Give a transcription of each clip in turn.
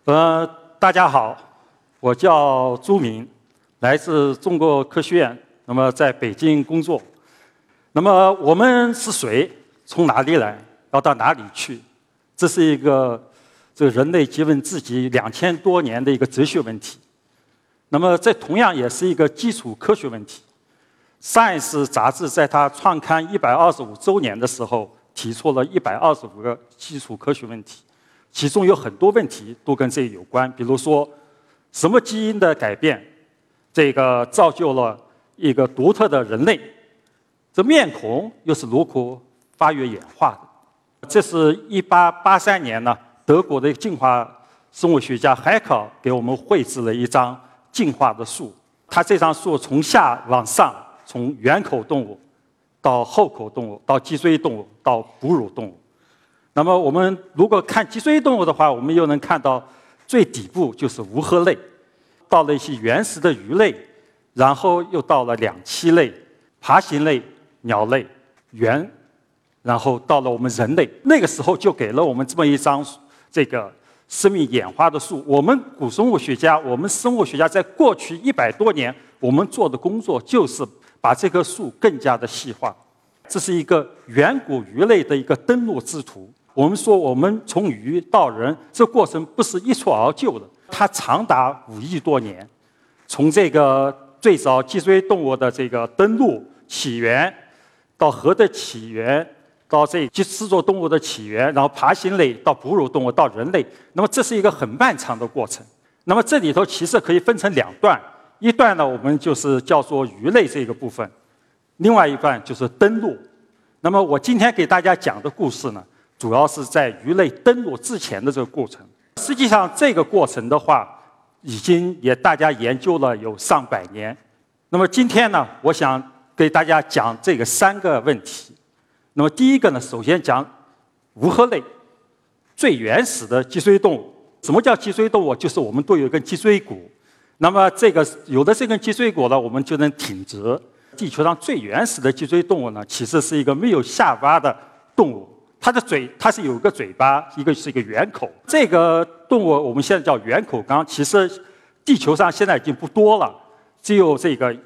大家好，我叫朱明，来自中国科学院，那么在北京工作。那么我们是谁？从哪里来？要到哪里去？这是一个人类诘问自己2000多年的一个哲学问题。那么这同样也是一个基础科学问题。Science 杂志在它创刊125周年的时候，提出了125个基础科学问题。其中有很多问题都跟这个有关，比如说，什么基因的改变，造就了一个独特的人类？这面孔又是如何发育演化的？这是1883年呢，德国的进化生物学家海考给我们绘制了一张进化的树。它这张树从下往上，从圆口动物到后口动物，到脊椎动物，到哺乳动物。那么我们如果看脊椎动物的话，我们又能看到最底部就是无颌类，到了一些原始的鱼类，然后又到了两栖类、爬行类、鸟类、猿，然后到了我们人类。那个时候就给了我们这么一张生命演化的树。我们古生物学家，我们生物学家在过去100多年，我们做的工作就是把这棵树更加的细化。这是一个远古鱼类的一个登陆之途。我们说，我们从鱼到人，这过程不是一蹴而就的，它长达5亿多年。从最早脊椎动物的登陆起源，到河的起源，到脊翅座动物的起源，然后爬行类到哺乳动物到人类，那么这是一个很漫长的过程。那么这里头其实可以分成2段，一段呢我们就是叫做鱼类这个部分，另外一段就是登陆。那么我今天给大家讲的故事呢，主要是在鱼类登陆之前的这个过程。实际上，这个过程的话，已经大家研究了有上百年。那么今天呢，我想给大家讲这个3个问题。那么第一个呢，首先讲无颌类，最原始的脊椎动物。什么叫脊椎动物？就是我们都有一根脊椎骨。那么有了这根脊椎骨呢，我们就能挺直。地球上最原始的脊椎动物呢，其实是一个没有下巴的动物。它是有一个嘴巴，一个是一个圆口。这个动物我们现在叫圆口纲，其实地球上现在已经不多了，只有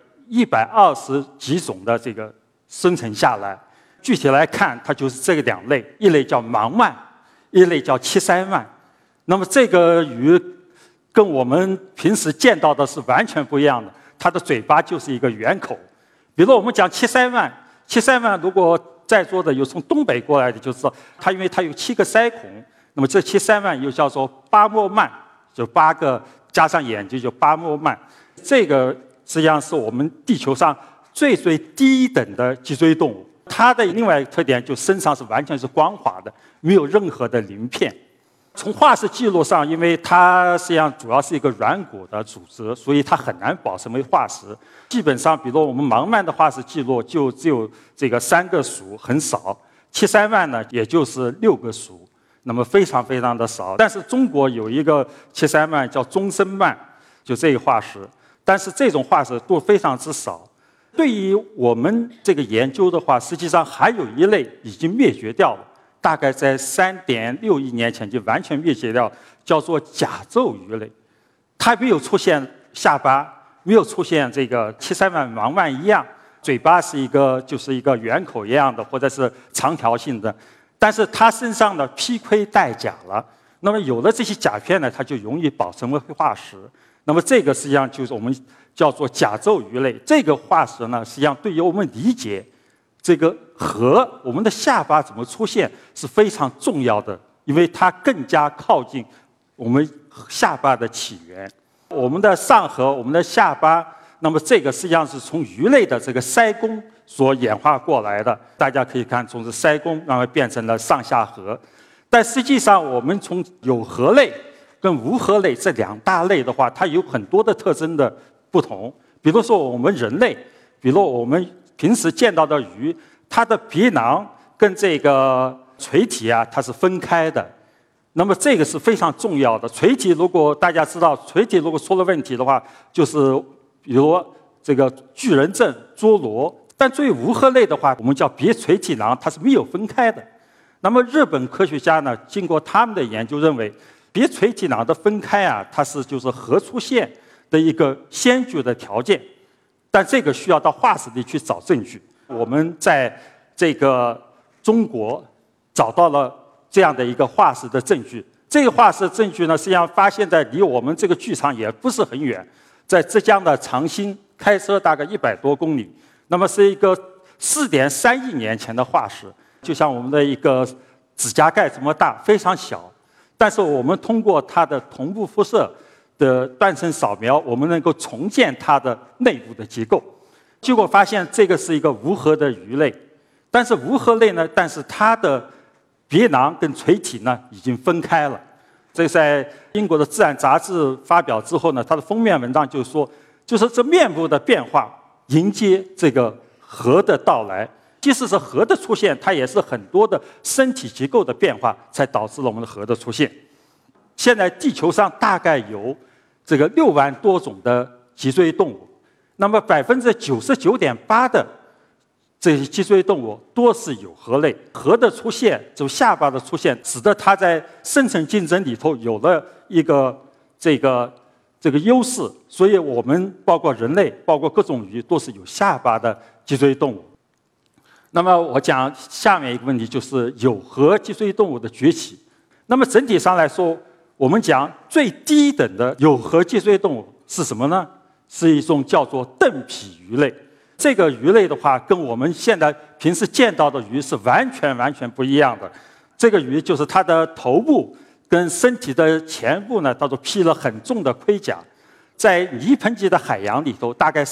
120几种的生存下来。具体来看，它就是这2类，一类叫盲鳗，一类叫七鳃鳗。那么这个鱼跟我们平时见到的是完全不一样的，它的嘴巴就是一个圆口。比如我们讲七鳃鳗，七鳃鳗如果在座的有从东北过来的，就知道因为它有7个鳃孔，那么这七鳃鳗又叫做巴莫鳗，就8个加上眼睛就巴莫鳗。这个实际上是我们地球上最低等的脊椎动物。它的另外一个特点就是身上是完全是光滑的，没有任何的鳞片。从化石记录上，因为它实际上主要是一个软骨的组织，所以它很难保存为化石。基本上，比如我们盲鳗的化石记录就只有3个属，很少；七鳃鳗呢，也就是6个属，那么非常非常的少。但是中国有一个七鳃鳗叫中生鳗，就这个化石，但是这种化石都非常之少。对于我们这个研究的话，实际上还有一类已经灭绝掉了。大概在3.6亿年前就完全灭绝掉，叫做甲胄鱼类。它没有出现下巴，没有出现七鳃鳗、盲鳗一样，嘴巴是就是一个圆口一样的，或者是长条性的。但是它身上的披盔带甲了。那么有了这些甲片呢，它就容易保存为化石。那么这个实际上就是我们叫做甲胄鱼类。这个化石呢，实际上对于我们理解我们的下巴怎么出现是非常重要的，因为它更加靠近我们下巴的起源。我们的上颌，我们的下巴，那么这个实际上是从鱼类的鳃弓所演化过来的。大家可以看，从鳃弓然后变成了上下颌。但实际上，我们从有颌类跟无颌类这2大类的话，它有很多的特征的不同。比如说我们人类，比如我们平时见到的鱼，它的鼻囊跟垂体啊，它是分开的。那么这个是非常重要的。垂体如果大家知道，垂体如果出了问题的话，就是比如巨人症、侏罗。但对于无颌类的话，我们叫鼻垂体囊，它是没有分开的。那么日本科学家呢，经过他们的研究认为， 别垂体囊的分开啊，它是就是核出现的一个先决的条件，但这个需要到化石里去找证据。我们在这个中国找到了这样的一个化石的证据。这个化石证据呢，实际上发现在离我们这个剧场也不是很远，在浙江的长兴，开车大概100多公里。那么是一个4.3亿年前的化石，就像我们的一个指甲盖这么大，非常小。但是我们通过它的同步辐射的断层扫描，我们能够重建它的内部的结构。结果发现这个是一个无核的鱼类，但是无核类呢，但是它的别囊跟垂体呢已经分开了。这在英国的《自然》杂志发表之后呢，它的封面文章就说，就是这面部的变化迎接这个核的到来。即使是核的出现，它也是很多的身体结构的变化才导致了我们的核的出现。现在地球上大概有这个6万多种的脊椎动物，那么99.8%的这些脊椎动物多是有核类。核的出现，就下巴的出现，使得它在生存竞争里头有了一个这个优势。所以我们包括人类，包括各种鱼，都是有下巴的脊椎动物。那么我讲下面一个问题，就是有核脊椎动物的崛起。那么整体上来说，我们讲最低等的有核脊椎动物是什么呢？是一种叫做盾皮鱼类。这个鱼类的话，跟我们现在平时见到的鱼是完全不一样的。这个鱼就是它的头部跟身体的前部呢，它都披了很重的盔甲。在泥盆纪的海洋里头，大概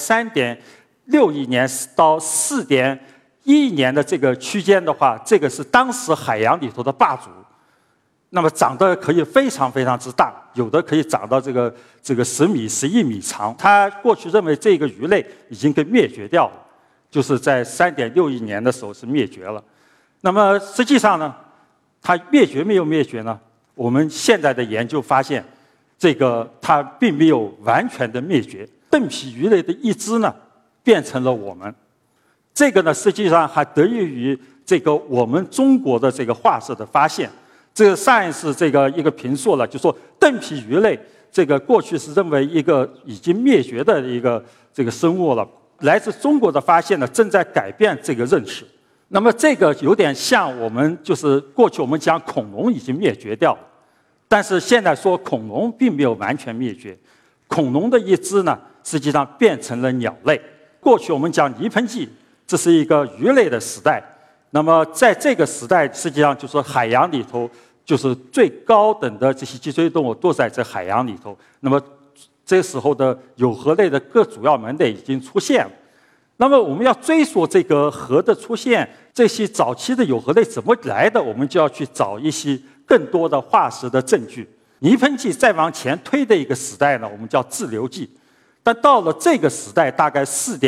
3.6亿年到4.1亿年的这个区间的话，这个是当时海洋里头的霸主。那么长得可以非常之大，有的可以长到这个10米、11米长。他过去认为这个鱼类已经被灭绝掉了，就是在3.6亿年的时候是灭绝了。那么实际上呢，它灭绝没有灭绝呢？我们现在的研究发现，这个它并没有完全的灭绝。盾皮鱼类的一支呢，变成了我们。这个呢，实际上还得益于这个我们中国的这个化石的发现。这个Science这个一个评述了，就说盾皮鱼类这个过去是认为一个已经灭绝的一个这个生物了。来自中国的发现呢，正在改变这个认识。那么这个有点像我们就是过去我们讲恐龙已经灭绝掉了，但是现在说恐龙并没有完全灭绝，恐龙的一支呢，实际上变成了鸟类。过去我们讲泥盆纪，这是一个鱼类的时代。那么在这个时代，实际上就是海洋里头，就是最高等的这些脊椎动物都在这海洋里头。那么这时候的有核类的各主要门类已经出现了。那么我们要追溯这个核的出现，这些早期的有核类怎么来的，我们就要去找一些更多的化石的证据。泥盆纪再往前推的一个时代呢，我们叫志留纪。但到了这个时代，大概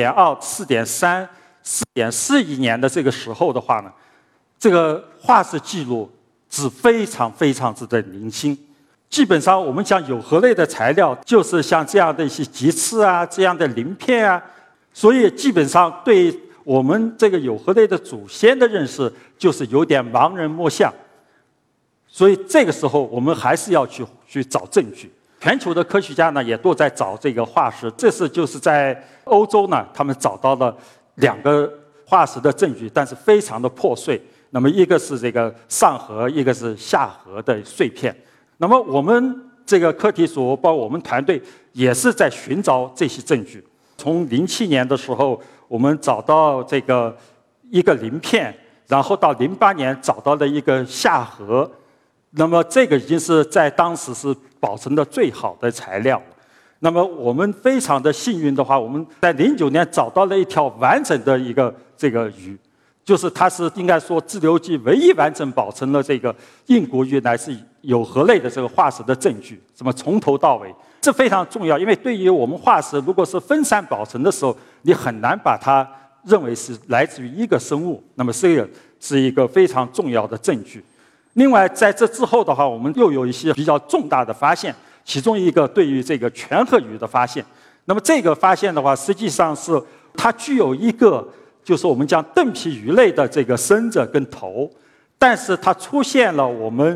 4.2、4.3、4.4亿年的这个时候的话呢，这个化石记录是非常之的零星。基本上我们讲有核类的材料，就是像这样的一些棘刺啊，这样的鳞片啊，所以基本上对我们这个有核类的祖先的认识，就是有点盲人摸象。所以这个时候我们还是要去找证据。全球的科学家呢，也都在找这个化石。这次就是在欧洲呢，他们找到了2个化石的证据，但是非常的破碎。那么一个是这个上核，一个是下核的碎片。那么我们这个课题组，包括我们团队，也是在寻找这些证据。从07年的时候，我们找到这个一个鳞片，然后到08年找到了一个下核。那么这个已经是在当时是保存的最好的材料。那么我们非常的幸运的话，我们在09年找到了一条完整的一个这个鱼，就是它是应该说志留纪唯一完整保存了这个硬骨鱼乃至有核类的这个化石的证据，什么从头到尾，这非常重要。因为对于我们化石如果是分散保存的时候，你很难把它认为是来自于一个生物，那么这个是一个非常重要的证据。另外在这之后的话，我们又有一些比较重大的发现，其中一个对于这个全核鱼的发现。那么这个发现的话，实际上是它具有一个就是我们讲盾皮鱼类的这个身子跟头，但是它出现了我们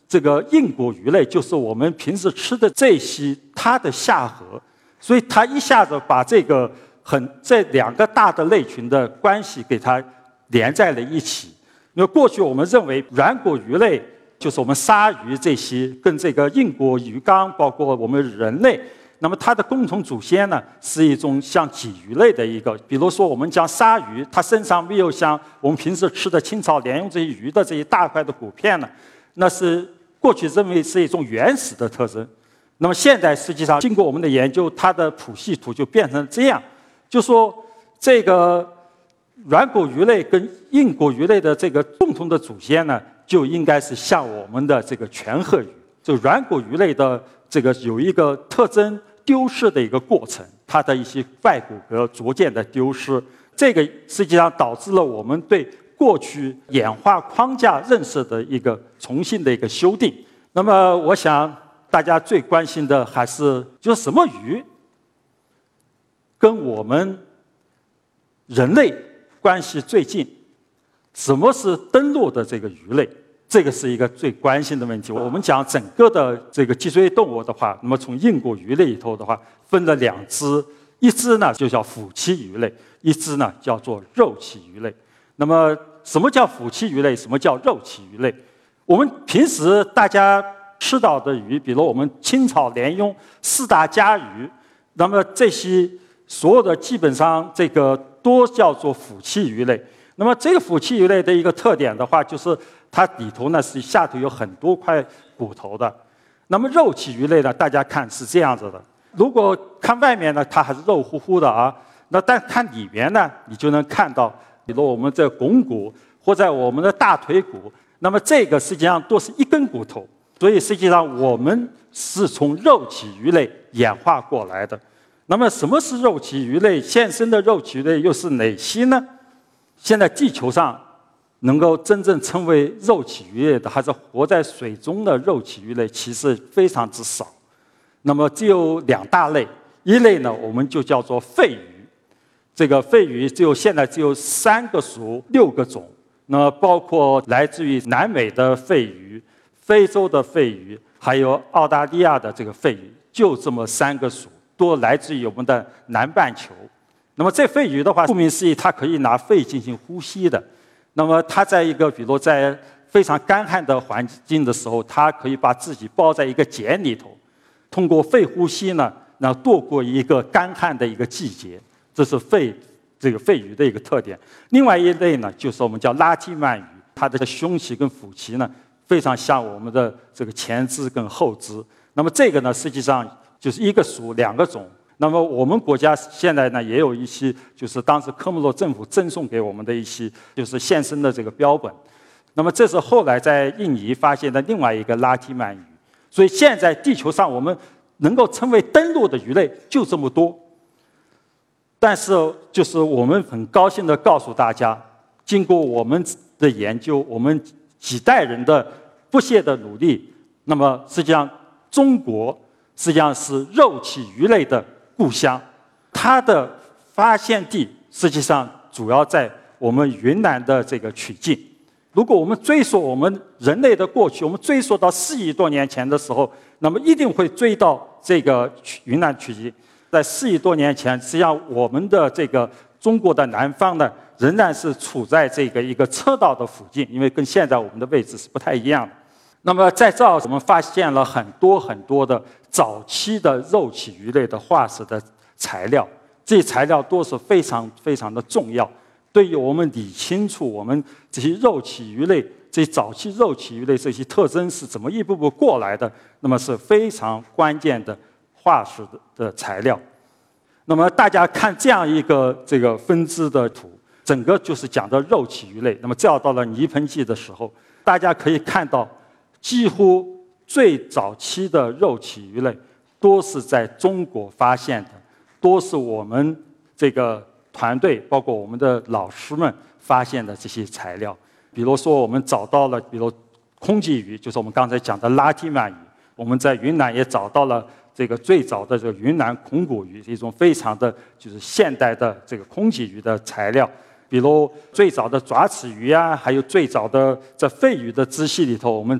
这个硬骨鱼类就是我们平时吃的这些它的下颌，所以它一下子把这两个大的类群的关系给它连在了一起。因为过去我们认为软骨鱼类就是我们鲨鱼这些跟这个硬骨鱼纲，包括我们人类，那么它的共同祖先呢是一种像鲫鱼类的一个，比如说我们讲鲨鱼，它身上没有像我们平时吃的清炒莲蓉这些鱼的这些大块的骨片呢，那是过去认为是一种原始的特征。那么现在实际上经过我们的研究，它的谱系图就变成这样，就说这个软骨鱼类跟硬骨鱼类的这个共同的祖先呢，就应该是像我们的这个全颌鱼。就软骨鱼类的这个有一个特征丢失的一个过程，它的一些外骨骼逐渐的丢失，这个实际上导致了我们对过去演化框架认识的一个重新的一个修订。那么我想大家最关心的还是就是什么鱼跟我们人类关系最近，什么是登陆的这个鱼类，这个是一个最关心的问题。我们讲整个的这个脊椎动物的话，那么从硬骨鱼类里头的话，分了两支，一支呢就叫腹鳍鱼类，一支呢叫做肉鳍鱼类。那么什么叫腹鳍鱼类，什么叫肉鳍鱼类？我们平时大家吃到的鱼，比如我们清炒莲蓉、四大家鱼，那么这些所有的基本上这个都叫做腹鳍鱼类。那么这个腹鳍鱼类的一个特点的话，就是它里头呢是下头有很多块骨头的。那么肉鳍鱼类呢，大家看是这样子的。如果看外面呢，它还是肉乎乎的啊。那但看里面呢，你就能看到，比如我们这肱骨或者我们的大腿骨，那么这个实际上都是一根骨头。所以实际上我们是从肉鳍鱼类演化过来的。那么什么是肉鳍鱼类？现生的肉鳍鱼类又是哪些呢？现在地球上能够真正称为肉鳍鱼类的，还是活在水中的肉鳍鱼类，其实非常之少。那么只有两大类，一类呢我们就叫做肺鱼。这个肺鱼现在只有3个属6个种，那么包括来自于南美的肺鱼、非洲的肺鱼，还有澳大利亚的这个肺鱼，就这么3个属，都来自于我们的南半球。那么这肺鱼的话，顾名思义，它可以拿肺进行呼吸的。那么它在一个比如在非常干旱的环境的时候，它可以把自己包在一个茧里头，通过肺呼吸呢，然后度过一个干旱的一个季节。这是这个肺鱼的一个特点。另外一类呢，就是我们叫拉提曼鱼，它的胸鳍跟腹鳍呢，非常像我们的这个前肢跟后肢。那么这个呢，实际上就是一个属2个种。那么我们国家现在呢，也有一些就是当时科莫洛政府赠送给我们的一些就是现生的这个标本。那么这是后来在印尼发现的另外一个拉提曼鱼。所以现在地球上我们能够称为登陆的鱼类就这么多。但是就是我们很高兴地告诉大家，经过我们的研究，我们几代人的不懈的努力，那么实际上中国实际上是肉鳍鱼类的故乡，它的发现地实际上主要在我们云南的这个曲靖。如果我们追溯我们人类的过去，我们追溯到4亿多年前的时候，那么一定会追到这个云南曲靖。在4亿多年前，实际上我们的这个中国的南方呢，仍然是处在这个一个车道的附近，因为跟现在我们的位置是不太一样的。那么在这儿我们发现了很多的早期的肉鳍鱼类的化石的材料，这些材料都是非常的重要，对于我们理清楚我们这些肉鳍鱼类、这些早期肉鳍鱼类这些特征是怎么一步步过来的，那么是非常关键的化石的材料。那么大家看这样一个这个分支的图，整个就是讲的肉鳍鱼类。那么这样到了泥盆纪的时候，大家可以看到，几乎最早期的肉鳍鱼类都是在中国发现的，都是我们这个团队包括我们的老师们发现的这些材料。比如说我们找到了，比如空鲫鱼，就是我们刚才讲的拉提曼鱼，我们在云南也找到了这个最早的这个云南孔骨鱼，一种非常的就是现代的这个空鲫鱼的材料。比如最早的爪齿鱼啊，还有最早的这肺鱼的支系里头，我们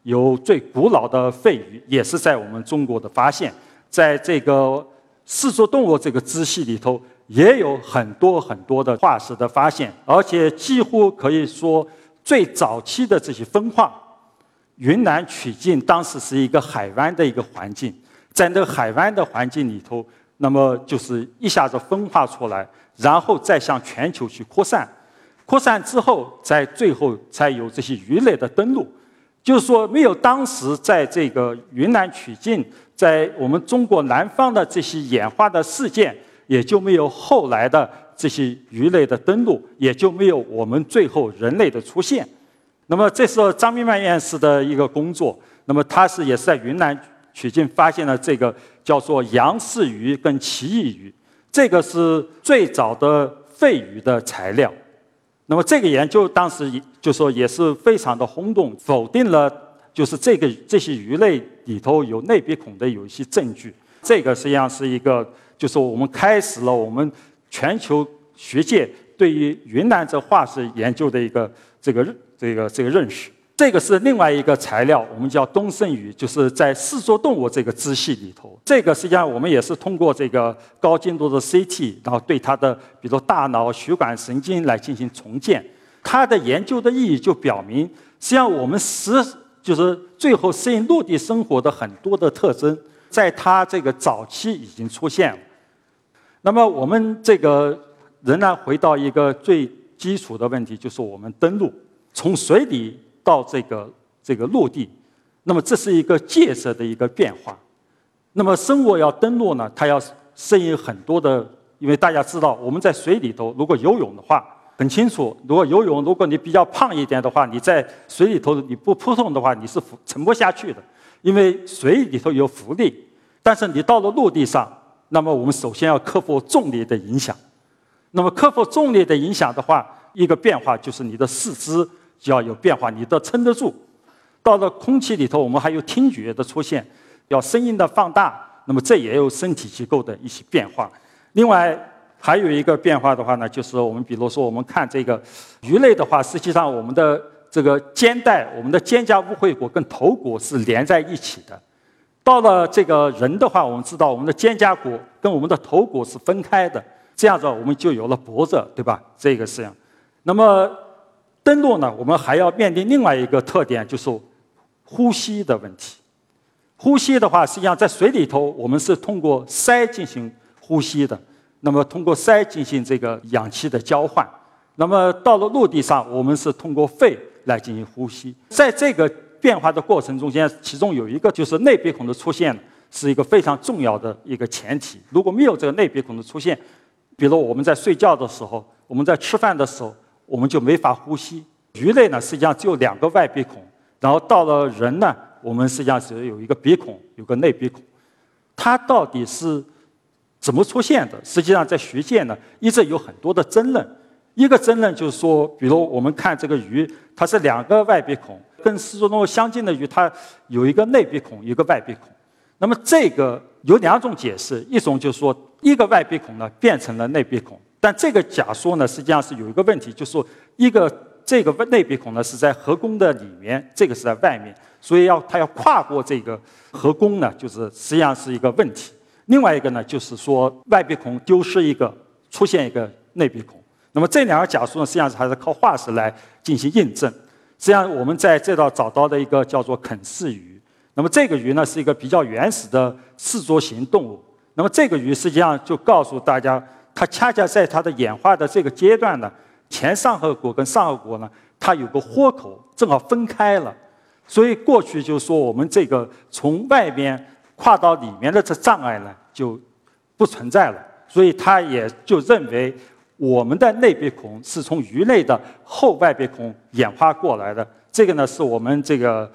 有最古老的肺鱼，也是在我们中国的发现。在这个四足动物这个支系里头，也有很多很多的化石的发现，而且几乎可以说最早期的这些分化，云南曲靖当时是一个海湾的一个环境，在那个海湾的环境里头，那么就是一下子分化出来，然后再向全球去扩散。扩散之后，在最后才有这些鱼类的登陆。就是说，没有当时在这个云南曲靖，在我们中国南方的这些演化的事件，也就没有后来的这些鱼类的登陆，也就没有我们最后人类的出现。那么，这是张明曼院士的一个工作。那么，他也是在云南曲靖发现了这个叫做杨氏鱼跟奇异鱼，这个是最早的肺鱼的材料。那么这个研究当时就说也是非常的轰动，否定了就是这些鱼类里头有内鼻孔的有一些证据。这个实际上是一个，就是我们开始了我们全球学界对于云南这化石研究的一个这个认识。这个是另外一个材料，我们叫东胜鱼，就是在四足动物这个支系里头。这个实际上我们也是通过这个高精度的 CT， 然后对它的比如大脑、血管、神经来进行重建。它的研究的意义就表明，实际上我们就是最后适应陆地生活的很多的特征，在它这个早期已经出现了。那么我们这个仍然回到一个最基础的问题，就是我们登陆从水里到这个陆地，那么这是一个介质的一个变化。那么生物要登陆呢，它要适应很多的，因为大家知道我们在水里头如果游泳的话，很清楚，如果游泳，如果你比较胖一点的话，你在水里头你不扑通的话，你是沉不下去的，因为水里头有浮力。但是你到了陆地上，那么我们首先要克服重力的影响。那么克服重力的影响的话，一个变化就是你的四肢就要有变化，你的撑得住。到了空气里头，我们还有听觉的出现，要声音的放大，那么这也有身体结构的一些变化。另外还有一个变化的话呢，就是我们比如说我们看这个鱼类的话，实际上我们的这个肩带，我们的肩胛污秽骨跟头骨是连在一起的。到了这个人的话，我们知道我们的肩胛骨跟我们的头骨是分开的，这样子我们就有了脖子，对吧？这个是这样。那么登陆呢，我们还要面临另外一个特点，就是呼吸的问题。呼吸的话，实际上在水里头，我们是通过鳃进行呼吸的。那么通过鳃进行这个氧气的交换。那么到了陆地上，我们是通过肺来进行呼吸。在这个变化的过程中间，其中有一个就是内鼻孔的出现，是一个非常重要的一个前提。如果没有这个内鼻孔的出现，比如我们在睡觉的时候，我们在吃饭的时候，我们就没法呼吸。鱼类呢，实际上只有2个外鼻孔，然后到了人呢，我们实际上是有一个鼻孔，有个内鼻孔。它到底是怎么出现的？实际上在学界呢，一直有很多的争论。一个争论就是说，比如我们看这个鱼，它是2个外鼻孔，跟四足动物相近的鱼，它有一个内鼻孔，一个外鼻孔。那么这个有2种解释，一种就是说一个外鼻孔呢变成了内鼻孔，但这个假说呢实际上是有一个问题，就是说这个内鼻孔呢是在颌弓的里面，这个是在外面，所以它要跨过这个颌弓呢，就是实际上是一个问题。另外一个呢，就是说外鼻孔丢失一个，出现一个内鼻孔。那么这2个假说呢，实际上还是靠化石来进行印证。实际上我们在这道找到的一个叫做肯氏鱼。那么这个鱼呢是一个比较原始的四足型动物。那么这个鱼实际上就告诉大家，它恰恰在它的演化的这个阶段呢，前上颌骨跟上颌骨呢，它有个豁口，正好分开了。所以过去就说我们这个从外边跨到里面的这障碍呢就不存在了，所以他也就认为我们的内鼻孔是从鱼类的后外鼻孔演化过来的。这个呢是我们这个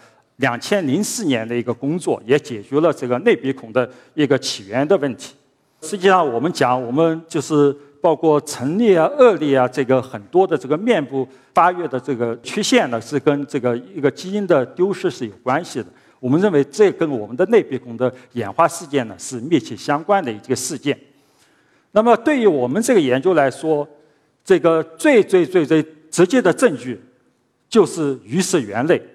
2004年的一个工作，也解决了这个内鼻孔的一个起源的问题。实际上我们讲，我们就是包括陈列啊、恶劣啊，这个很多的这个面部发育的这个曲线呢，是跟这个一个基因的丢失是有关系的。我们认为这跟我们的内鼻孔的演化事件呢是密切相关的一个事件。那么对于我们这个研究来说，这个最直接的证据就是鱼是猿类。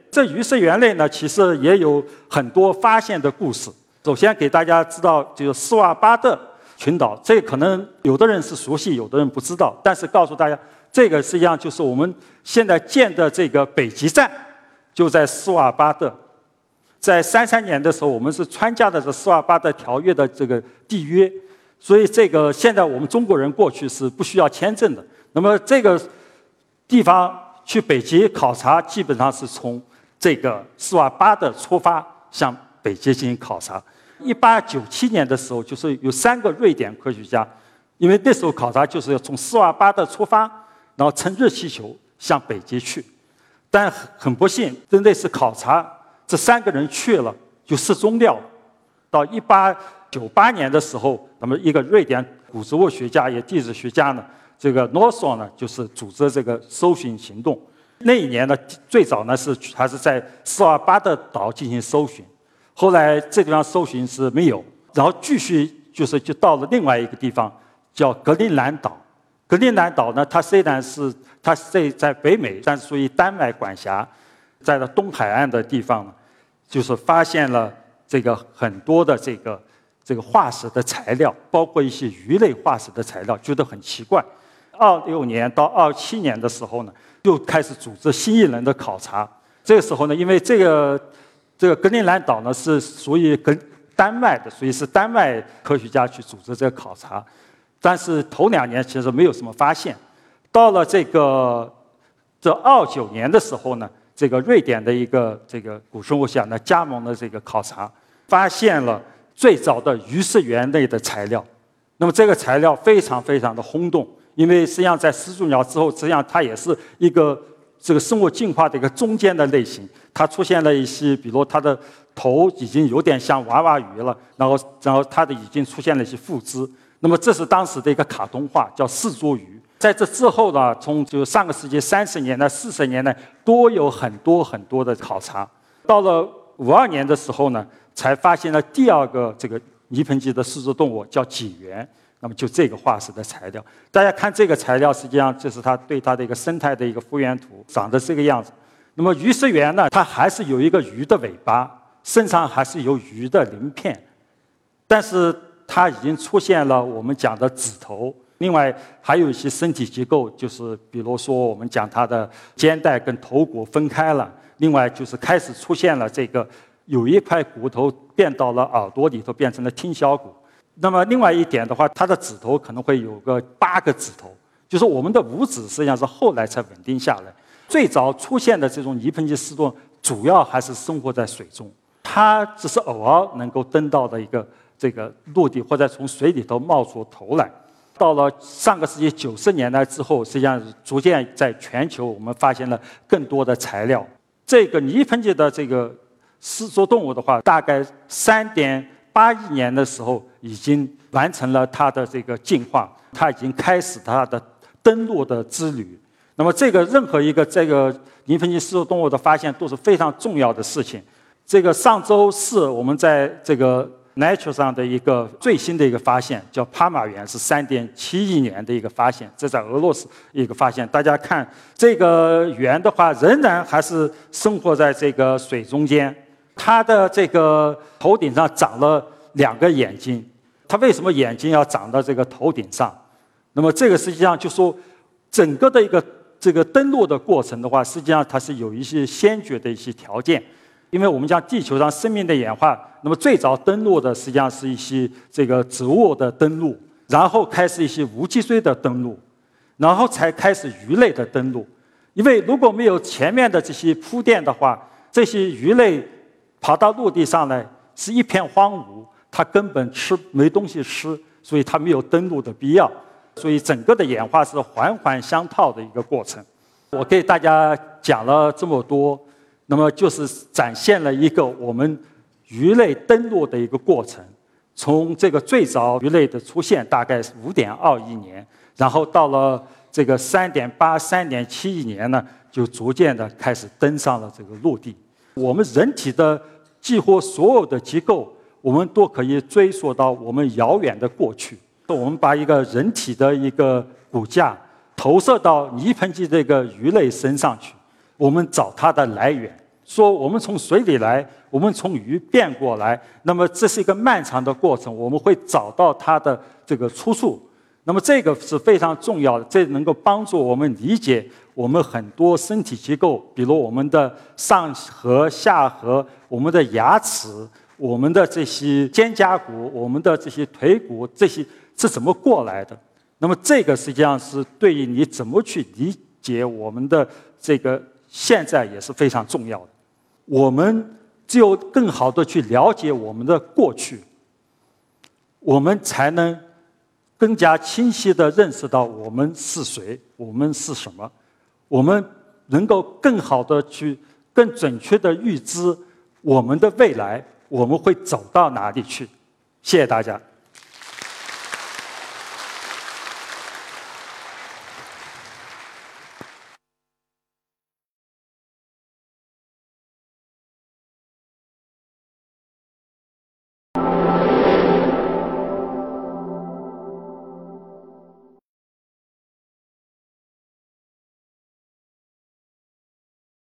这鱼鳃鱼类呢，其实也有很多发现的故事。首先给大家知道，就是斯瓦巴特群岛，这可能有的人是熟悉，有的人不知道。但是告诉大家，这个实际上就是我们现在建的这个北极站，就在斯瓦巴特。在33年的时候，我们是参加的这斯瓦巴特条约的这个缔约，所以这个现在我们中国人过去是不需要签证的。那么这个地方去北极考察，基本上是从这个斯瓦巴特出发，向北极进行考察。1897年的时候，就是有3个瑞典科学家，因为那时候考察就是要从斯瓦巴特出发，然后乘热气球向北极去。但很不幸，那次考察这3个人去了就失踪掉了。到1898年的时候，那么一个瑞典古植物学家也地质学家呢，这个 Norson 呢，就是组织这个搜寻行动。那一年呢，最早呢还是在斯瓦巴特岛进行搜寻。后来这地方搜寻是没有，然后继续就到了另外一个地方，叫格陵兰岛。格陵兰岛呢，它虽然是在北美，但是属于丹麦管辖，在东海岸的地方呢，就是发现了这个很多的这个化石的材料，包括一些鱼类化石的材料，觉得很奇怪。26年到27年的时候呢，又开始组织新一轮的考察。这个时候呢，因为这个格陵兰岛呢是属于丹麦的，所以是丹麦科学家去组织这个考察。但是头2年其实没有什么发现。到了这29年的时候呢，这个瑞典的一个古生物学家呢加盟了这个考察，发现了最早的鱼鳃鱼类的材料。那么这个材料非常非常的轰动，因为实际上在始祖鸟之后，实际上它也是一个这个生物进化的一个中间的类型。它出现了一些，比如它的头已经有点像娃娃鱼了，然后它已经出现了一些附肢。那么这是当时的一个卡通画，叫四足鱼。在这之后呢，就上个世纪30年代、40年代都有很多的考察。到了52年的时候呢，才发现了第2个这个泥盆纪的四足动物，叫脊猿。那么就这个化石的材料，大家看这个材料，实际上这是它对它的一个生态的一个复原图，长得这个样子。那么鱼鳃鱼呢，它还是有一个鱼的尾巴，身上还是有鱼的鳞片，但是它已经出现了我们讲的指头。另外还有一些身体结构，就是比如说我们讲它的肩带跟头骨分开了。另外就是开始出现了这个有一块骨头变到了耳朵里头，变成了听小骨。那么另外一点的话，它的指头可能会有个8个指头，就是我们的五指实际上是后来才稳定下来。最早出现的这种泥盆纪四足主要还是生活在水中，它只是偶尔能够登到的一个这个陆地，或者从水里头冒出头来。到了上个世纪90年代之后，实际上逐渐在全球我们发现了更多的材料。这个泥盆纪的这个四足动物的话，大概3.8亿年的时候已经完成了它的这个进化，它已经开始它的登陆的之旅。那么这个任何一个这个泥盆纪四足动物的发现都是非常重要的事情。这个上周4我们在这个 Nature 上的一个最新的一个发现，叫帕马猿，是3.7亿年的一个发现，这在俄罗斯一个发现。大家看这个猿的话，仍然还是生活在这个水中间。它的这个头顶上长了2个眼睛，它为什么眼睛要长到这个头顶上？那么这个实际上就说整个的一个这个登陆的过程的话，实际上它是有一些先决的一些条件。因为我们讲地球上生命的演化，那么最早登陆的实际上是一些这个植物的登陆，然后开始一些无脊椎的登陆，然后才开始鱼类的登陆。因为如果没有前面的这些铺垫的话，这些鱼类跑到陆地上来是一片荒芜，它根本没东西吃，所以它没有登陆的必要。所以整个的演化是环环相套的一个过程。我给大家讲了这么多，那么就是展现了一个我们鱼类登陆的一个过程。从这个最早鱼类的出现大概是5.2亿年，然后到了这个3.8、3.7亿年呢，就逐渐的开始登上了这个陆地。我们人体的几乎所有的结构，我们都可以追溯到我们遥远的过去。我们把一个人体的一个骨架投射到泥盆纪这个鱼类身上去，我们找它的来源。 说我们从水里来，我们从鱼变过来，那么这是一个漫长的过程，我们会找到它的这个出处。那么这个是非常重要的，这能够帮助我们理解我们很多身体结构，比如我们的上颌、下颌、我们的牙齿、我们的这些肩胛骨、我们的这些腿骨，这些是怎么过来的。那么这个实际上是对于你怎么去理解我们的这个现在也是非常重要的。我们只有更好的去了解我们的过去，我们才能更加清晰地认识到我们是谁，我们是什么，我们能够更好地去、更准确地预知我们的未来，我们会走到哪里去。谢谢大家。